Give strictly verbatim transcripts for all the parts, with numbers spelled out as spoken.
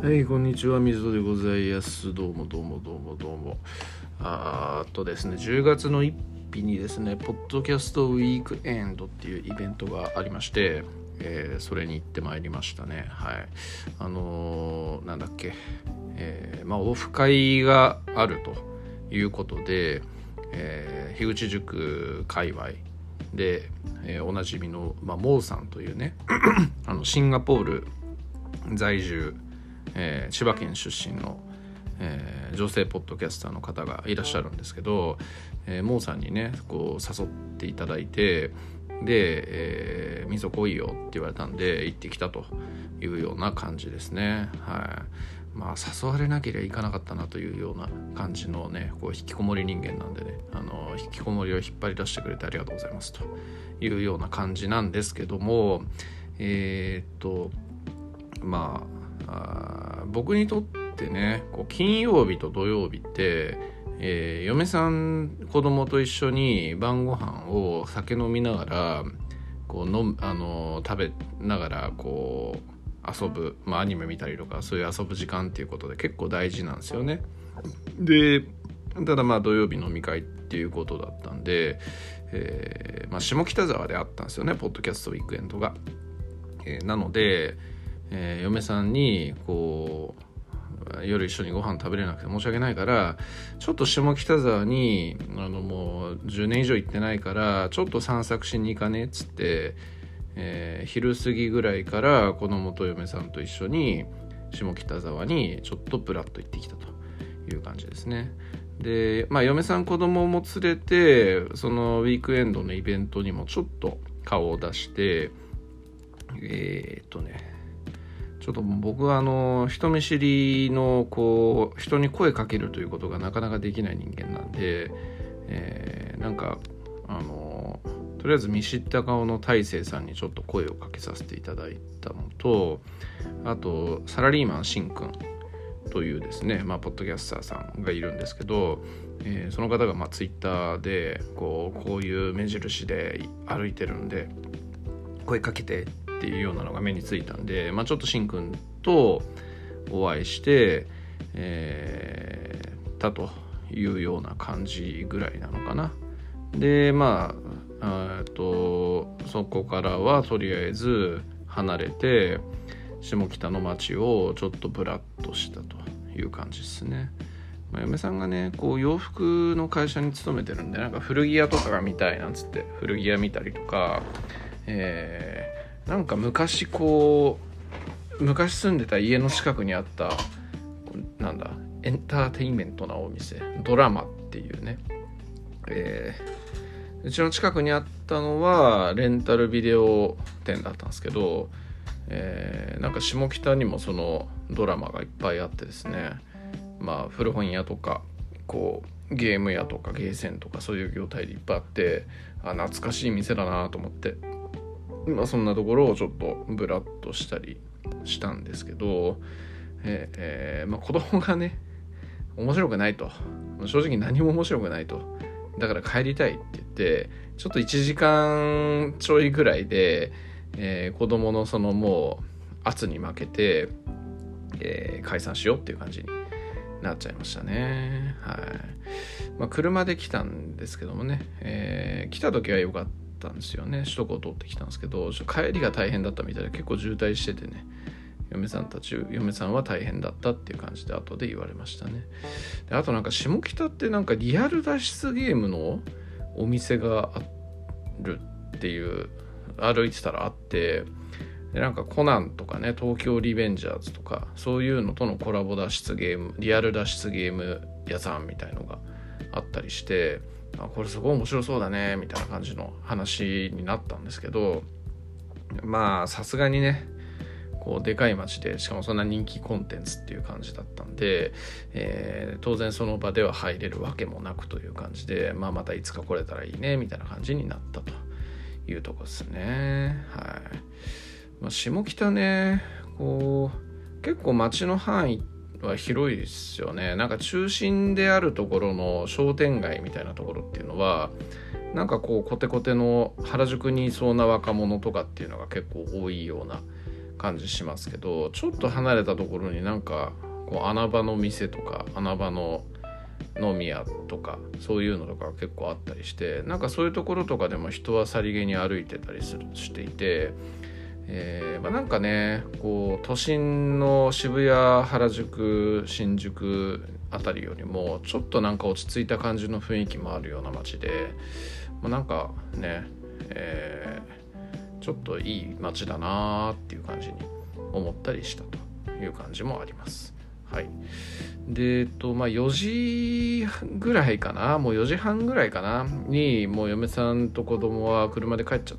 はい、こんにちは、水戸でございます。どうもどうもどうもどうも。あーっとですね、じゅうがつのついたちにですね、ポッドキャストウィークエンドっていうイベントがありまして、えー、それに行ってまいりましたね。はい。あのー、なんだっけ、えー、まあ、オフ会があるということで、えー、樋口塾界隈で、えー、おなじみの、まあ、モーさんというね、あのシンガポール在住、えー、千葉県出身の、えー、女性ポッドキャスターの方がいらっしゃるんですけど、えー、モーさんにねこう誘っていただいて、で、えー、みそ来いよって言われたんで行ってきたというような感じですね。はい。まあ誘われなければ行かなかったなというような感じのね、こう引きこもり人間なんでね、あの引きこもりを引っ張り出してくれてありがとうございますというような感じなんですけども、えー、っとまああ僕にとってね、こう金曜日と土曜日って、えー、嫁さん子供と一緒に晩ご飯を酒飲みながらこう飲あの食べながらこう遊ぶ、まあ、アニメ見たりとかそういう遊ぶ時間っていうことで結構大事なんですよね。でただまあ土曜日飲み会っていうことだったんで、えーまあ、下北沢であったんですよね、ポッドキャストウィークエンドが。えー、なのでえー、嫁さんにこう夜一緒にご飯食べれなくて申し訳ないからちょっと下北沢にあのもうじゅうねん以上行ってないからちょっと散策しに行かねっつって、えー、昼過ぎぐらいから子供と嫁さんと一緒に下北沢にちょっとプラッと行ってきたという感じですね。でまあ嫁さん子供も連れてそのウィークエンドのイベントにもちょっと顔を出してえー、っとねちょっと僕はあの人見知りのこう人に声かけるということがなかなかできない人間なんで、えー、なんかあのとりあえず見知った顔の大成さんにちょっと声をかけさせていただいたのと、あとサラリーマンしんくんというですね、まあ、ポッドキャスターさんがいるんですけど、えー、その方がまあツイッターでこうこういう目印で歩いてるんで声かけてっていうようなのが目についたんで、まあ、ちょっとしんくんとお会いして、えー、たというような感じぐらいなのかな。でまあえとそこからはとりあえず離れて下北の街をちょっとブラッとしたという感じですね。まあ、嫁さんがねこう洋服の会社に勤めてるんでなんか古着屋とかが見たいなんつって古着屋見たりとか、えーなんか昔こう昔住んでた家の近くにあったなんだエンターテインメントなお店ドラマっていうね、えー、うちの近くにあったのはレンタルビデオ店だったんですけど、えー、なんか下北にもそのドラマがいっぱいあってですね、まあ古本屋とかこうゲーム屋とかゲーセンとかそういう業態でいっぱいあって、あ懐かしい店だなと思って、まあ、そんなところをちょっとブラッとしたりしたんですけど、えーえーまあ、子供がね面白くないと、正直何も面白くないと、だから帰りたいって言ってちょっといちじかんちょいぐらいで、えー、子供のそのもう圧に負けて、えー、解散しようっていう感じになっちゃいましたね。はい。まあ、車で来たんですけどもね、えー、来た時は良かったんですよね。首都高を通ってきたんですけど帰りが大変だったみたいで結構渋滞しててね、嫁さんたち嫁さんは大変だったっていう感じで後で言われましたね。であとなんか下北ってなんかリアル脱出ゲームのお店があるっていう歩いてたらあって、でなんかコナンとかね東京リベンジャーズとかそういうのとのコラボ脱出ゲームリアル脱出ゲーム屋さんみたいのがあったりして、あこれすごい面白そうだねみたいな感じの話になったんですけど、まあさすがにねこうでかい街でしかもそんな人気コンテンツっていう感じだったんで、えー、当然その場では入れるわけもなくという感じで、まあ、またいつか来れたらいいねみたいな感じになったというとこですね。はい。まあ、下北ねこう結構街の範囲は広いですよね。なんか中心であるところの商店街みたいなところっていうのはなんかこうコテコテの原宿にいそうな若者とかっていうのが結構多いような感じしますけど、ちょっと離れたところになんかこう穴場の店とか穴場の飲み屋とかそういうのとか結構あったりして、なんかそういうところとかでも人はさりげに歩いてたりするしていて、えーまあ、なんかねこう都心の渋谷、原宿、新宿あたりよりもちょっとなんか落ち着いた感じの雰囲気もあるような街で、まあ、なんかね、えー、ちょっといい街だなっていう感じに思ったりしたという感じもあります。はい。で、えっとまあ、よじぐらいかな、もうよじはんぐらいかなにもう嫁さんと子供は車で帰っちゃって、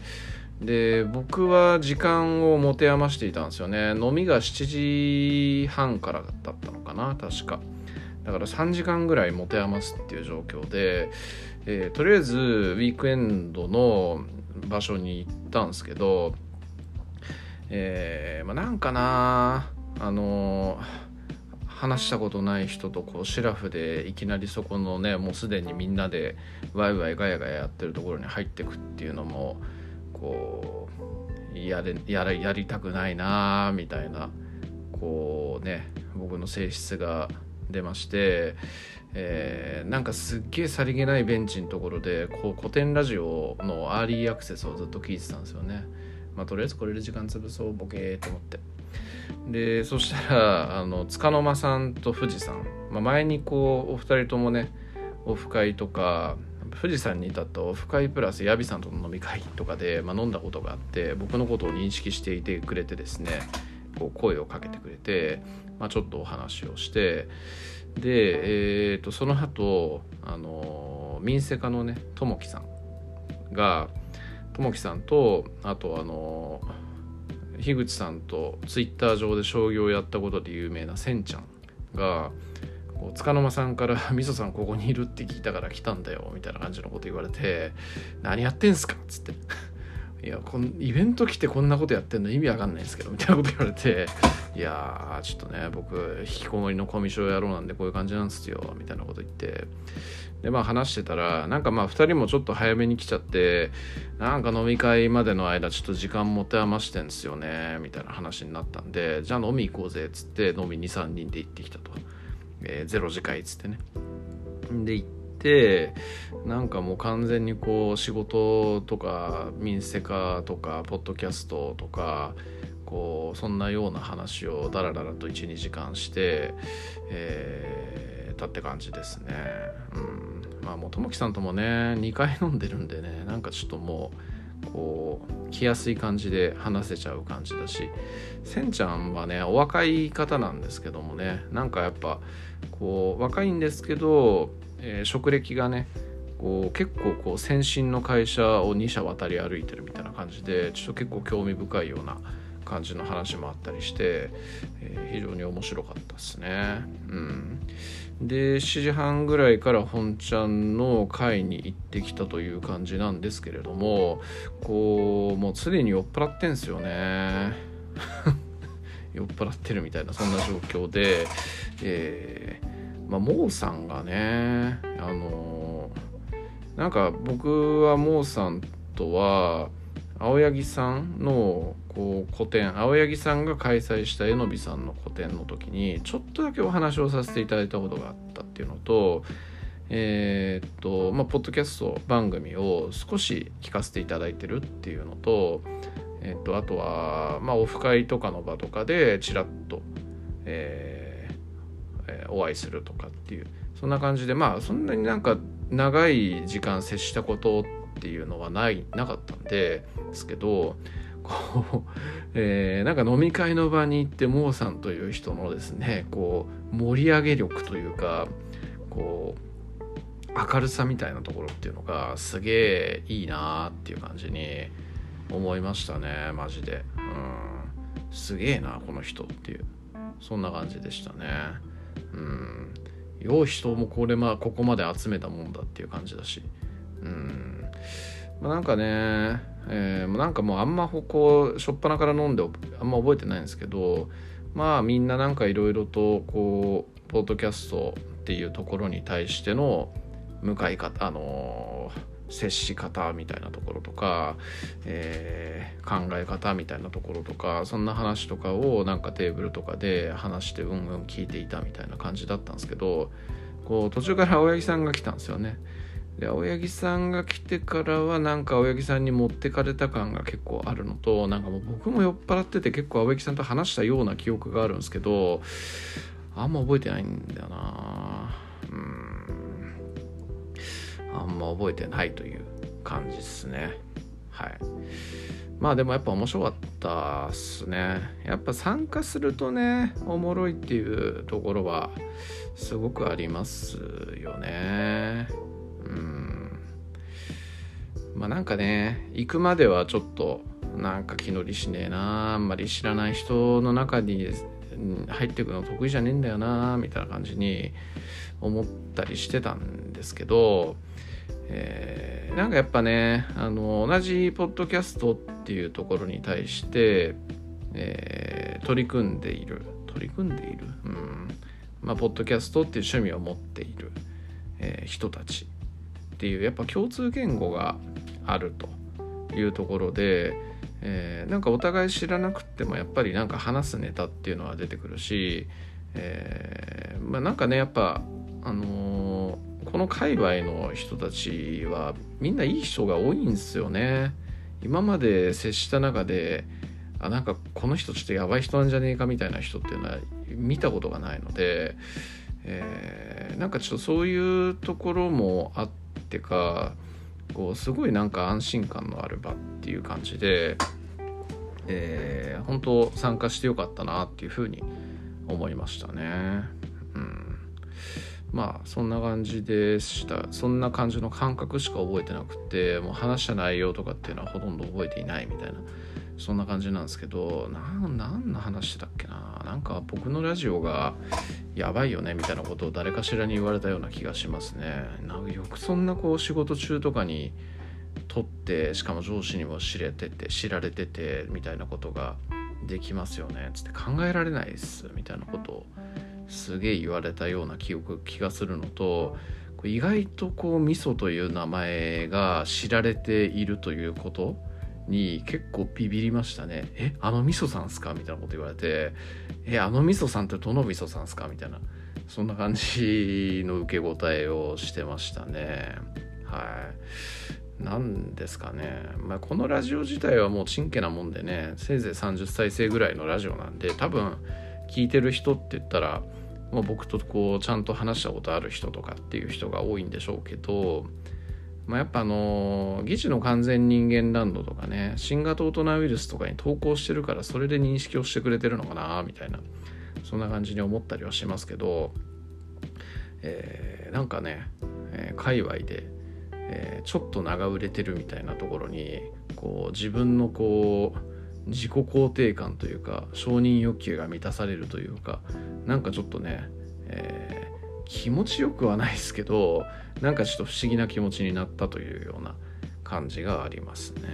で僕は時間を持て余していたんですよね。飲みがしちじはんからだったのかな確か。だからさんじかんぐらい持て余すっていう状況で、えー、とりあえずウィークエンドの場所に行ったんですけど、えーまあ、なんかなあのー話したことない人とこうシラフでいきなりそこのねもうすでにみんなでワイワイガヤガヤやってるところに入ってくっていうのもこうやれやれやりたくないなみたいなこうね僕の性質が出まして、えー、なんかすっげえさりげないベンチのところでこう古典ラジオのアーリーアクセスをずっと聞いてたんですよね。まあとりあえずこれで時間潰そうボケーと思って、でそしたらあの束の間さんと富士山、まあ、前にこうお二人ともねオフ会とか富士山に至ったオフ会プラスヤビさんとの飲み会とかで、まあ、飲んだことがあって、僕のことを認識していてくれてですねこう声をかけてくれて、まあ、ちょっとお話をして、で、えー、とその後あの民生課のねともきさんがともきさんとあとあの樋口さんとツイッター上で将棋をやったことで有名なせんちゃんが束の間さんからみそさんここにいるって聞いたから来たんだよみたいな感じのこと言われて、何やってんすかっつって、いやこんイベント来てこんなことやってんの意味わかんないですけどみたいなこと言われて、いやーちょっとね僕引きこもりのコミュ障野郎なんでこういう感じなんですよみたいなこと言って、でまあ話してたらなんかまあふたりもちょっと早めに来ちゃって、なんか飲み会までの間ちょっと時間持て余してんですよねみたいな話になったんで、じゃあ飲み行こうぜっつって飲み にさんにんで行ってきたと、えー、ゼロ次会っつってね。で行ってなんかもう完全にこう仕事とか民生化とかポッドキャストとかこうそんなような話をだらだらと いちにじかんして、えー、たって感じですね。うんまあもうともきさんともねにかい飲んでるんでね、なんかちょっともうこう来やすい感じで話せちゃう感じだし、せんちゃんはねお若い方なんですけどもね、なんかやっぱこう若いんですけど、えー、職歴がねこう結構こう先進の会社をに社渡り歩いてるみたいな感じで、ちょっと結構興味深いような感じの話もあったりして、えー、非常に面白かったですね。うんでしちじはんぐらいから本ちゃんの会に行ってきたという感じなんですけれども、こうもうすでに酔っ払ってんすよね酔っ払ってるみたいなそんな状況で、えーまあ、モーさんがねあのなんか僕はモーさんとは青柳さんのこう個展、青柳さんが開催したえのびさんの個展の時にちょっとだけお話をさせていただいたことがあったっていうのと、えー、っとまあポッドキャスト番組を少し聞かせていただいてるっていうのと、えー、っとあとはまあオフ会とかの場とかでちらっと、えーえー、お会いするとかっていうそんな感じで、まあそんなになんか長い時間接したことっていうのはないなかったんでですけど、こう、えー、なんか飲み会の場に行ってモーさんという人のですねこう盛り上げ力というかこう明るさみたいなところっていうのがすげえいいなっていう感じに思いましたね。マジで、うん、すげえなこの人っていうそんな感じでしたね。うんよう人もこれまあここまで集めたもんだっていう感じだし、うんまあ、なんかね、えー、なんかもうあんまこうしょっぱなから飲んであんま覚えてないんですけど、まあみんななんかいろいろとこうポッドキャストっていうところに対しての向かい方、あのー、接し方みたいなところとか、えー、 考え方みたいなところとか、そんな話とかをなんかテーブルとかで話してうんうん聞いていたみたいな感じだったんですけど、こう途中から青柳さんが来たんですよね。で青柳さんが来てからはなんか青柳さんに持ってかれた感が結構あるのと、なんかもう僕も酔っ払ってて結構青柳さんと話したような記憶があるんですけど、あんま覚えてないんだよな。うーんあんま覚えてないという感じですね。はい。まあでもやっぱ面白かったっすね。やっぱ参加するとねおもろいっていうところはすごくありますよね。うんまあなんかね行くまではちょっとなんか気乗りしねえな、あんまり知らない人の中に入っていくの得意じゃねえんだよなみたいな感じに思ったりしてたんですけど、えー、なんかやっぱねあの同じポッドキャストっていうところに対して、えー、取り組んでいる取り組んでいる、うんまあ、ポッドキャストっていう趣味を持っている、えー、人たちっていうやっぱ共通言語があるというところで、えー、なんかお互い知らなくてもやっぱりなんか話すネタっていうのは出てくるし、えー、まあなんかねやっぱあのーこの界隈の人たちはみんないい人が多いんですよね。今まで接した中であなんかこの人ちょっとやばい人なんじゃねえかみたいな人っていうのは見たことがないので、えー、なんかちょっとそういうところもあってかこうすごいなんか安心感のある場っていう感じで、えー、本当参加してよかったなっていうふうに思いましたね。うんまあそんな感じでした。そんな感じの感覚しか覚えてなくて、もう話した内容とかっていうのはほとんど覚えていないみたいなそんな感じなんですけど、なん何の話してたっけな、なんか僕のラジオがやばいよねみたいなことを誰かしらに言われたような気がしますね。なんかよくそんなこう仕事中とかに撮って、しかも上司にも知れてて知られててみたいなことができますよねつって考えられないですみたいなことをすげえ言われたような記憶気がするのと、意外とこう味噌という名前が知られているということに結構ビビりましたね。えあの味噌さんすかみたいなこと言われて、えあの味噌さんってどの味噌さんすかみたいなそんな感じの受け答えをしてましたね。はいなんですかね、まあ、このラジオ自体はもうちんけなもんでね、せいぜいさんじゅっさいせいぐらいのラジオなんで、多分聞いてる人って言ったらもう僕とこうちゃんと話したことある人とかっていう人が多いんでしょうけど、まあ、やっぱあの議事の完全人間ランドとかね、新型大人ウイルスとかに投稿してるからそれで認識をしてくれてるのかなみたいなそんな感じに思ったりはしますけど、えー、なんかね、えー、界隈で、えー、ちょっと長売れてるみたいなところにこう自分のこう自己肯定感というか承認欲求が満たされるというか、なんかちょっとね、えー、気持ちよくはないですけど、なんかちょっと不思議な気持ちになったというような感じがありますね。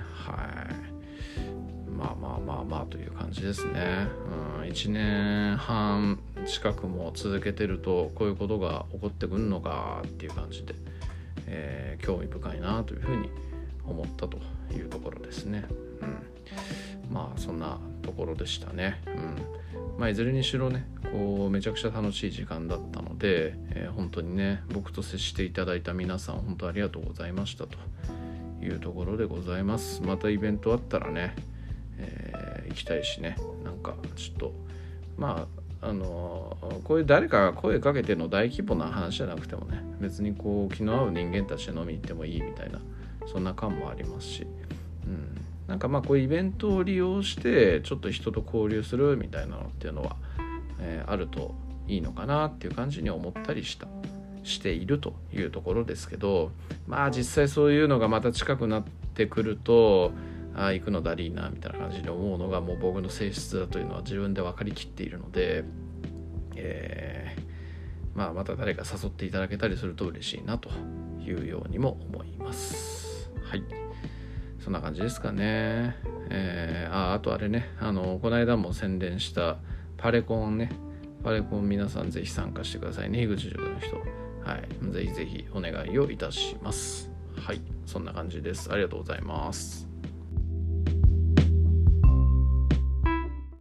はいまあまあまあまあという感じですね。うん、いちねんはん近くも続けてるとこういうことが起こってくるのかっていう感じで、えー、興味深いなというふうに思ったというところですね。うんまあそんなところでしたね。うんまあいずれにしろねこうめちゃくちゃ楽しい時間だったので、えー、本当にね僕と接していただいた皆さん本当ありがとうございましたというところでございます。またイベントあったらね、えー、行きたいしね、なんかちょっとまああのー、こういう誰かが声かけての大規模な話じゃなくてもね、別にこう気の合う人間たちで飲みに行ってもいいみたいなそんな感もありますし、うんなんかまあこういうイベントを利用してちょっと人と交流するみたいなのっていうのは、えー、あるといいのかなっていう感じに思ったりしたしているというところですけど、まあ実際そういうのがまた近くなってくるとああ行くのだりーなみたいな感じで思うのがもう僕の性質だというのは自分で分かりきっているので、えーまあ、また誰か誘っていただけたりすると嬉しいなというようにも思います。はいそんな感じですかね。えー、ああとあれねあのこの間も宣伝したパレコンねパレコン皆さんぜひ参加してくださいね。樋口塾の人はいぜひぜひお願いをいたします。はいそんな感じです。ありがとうございます。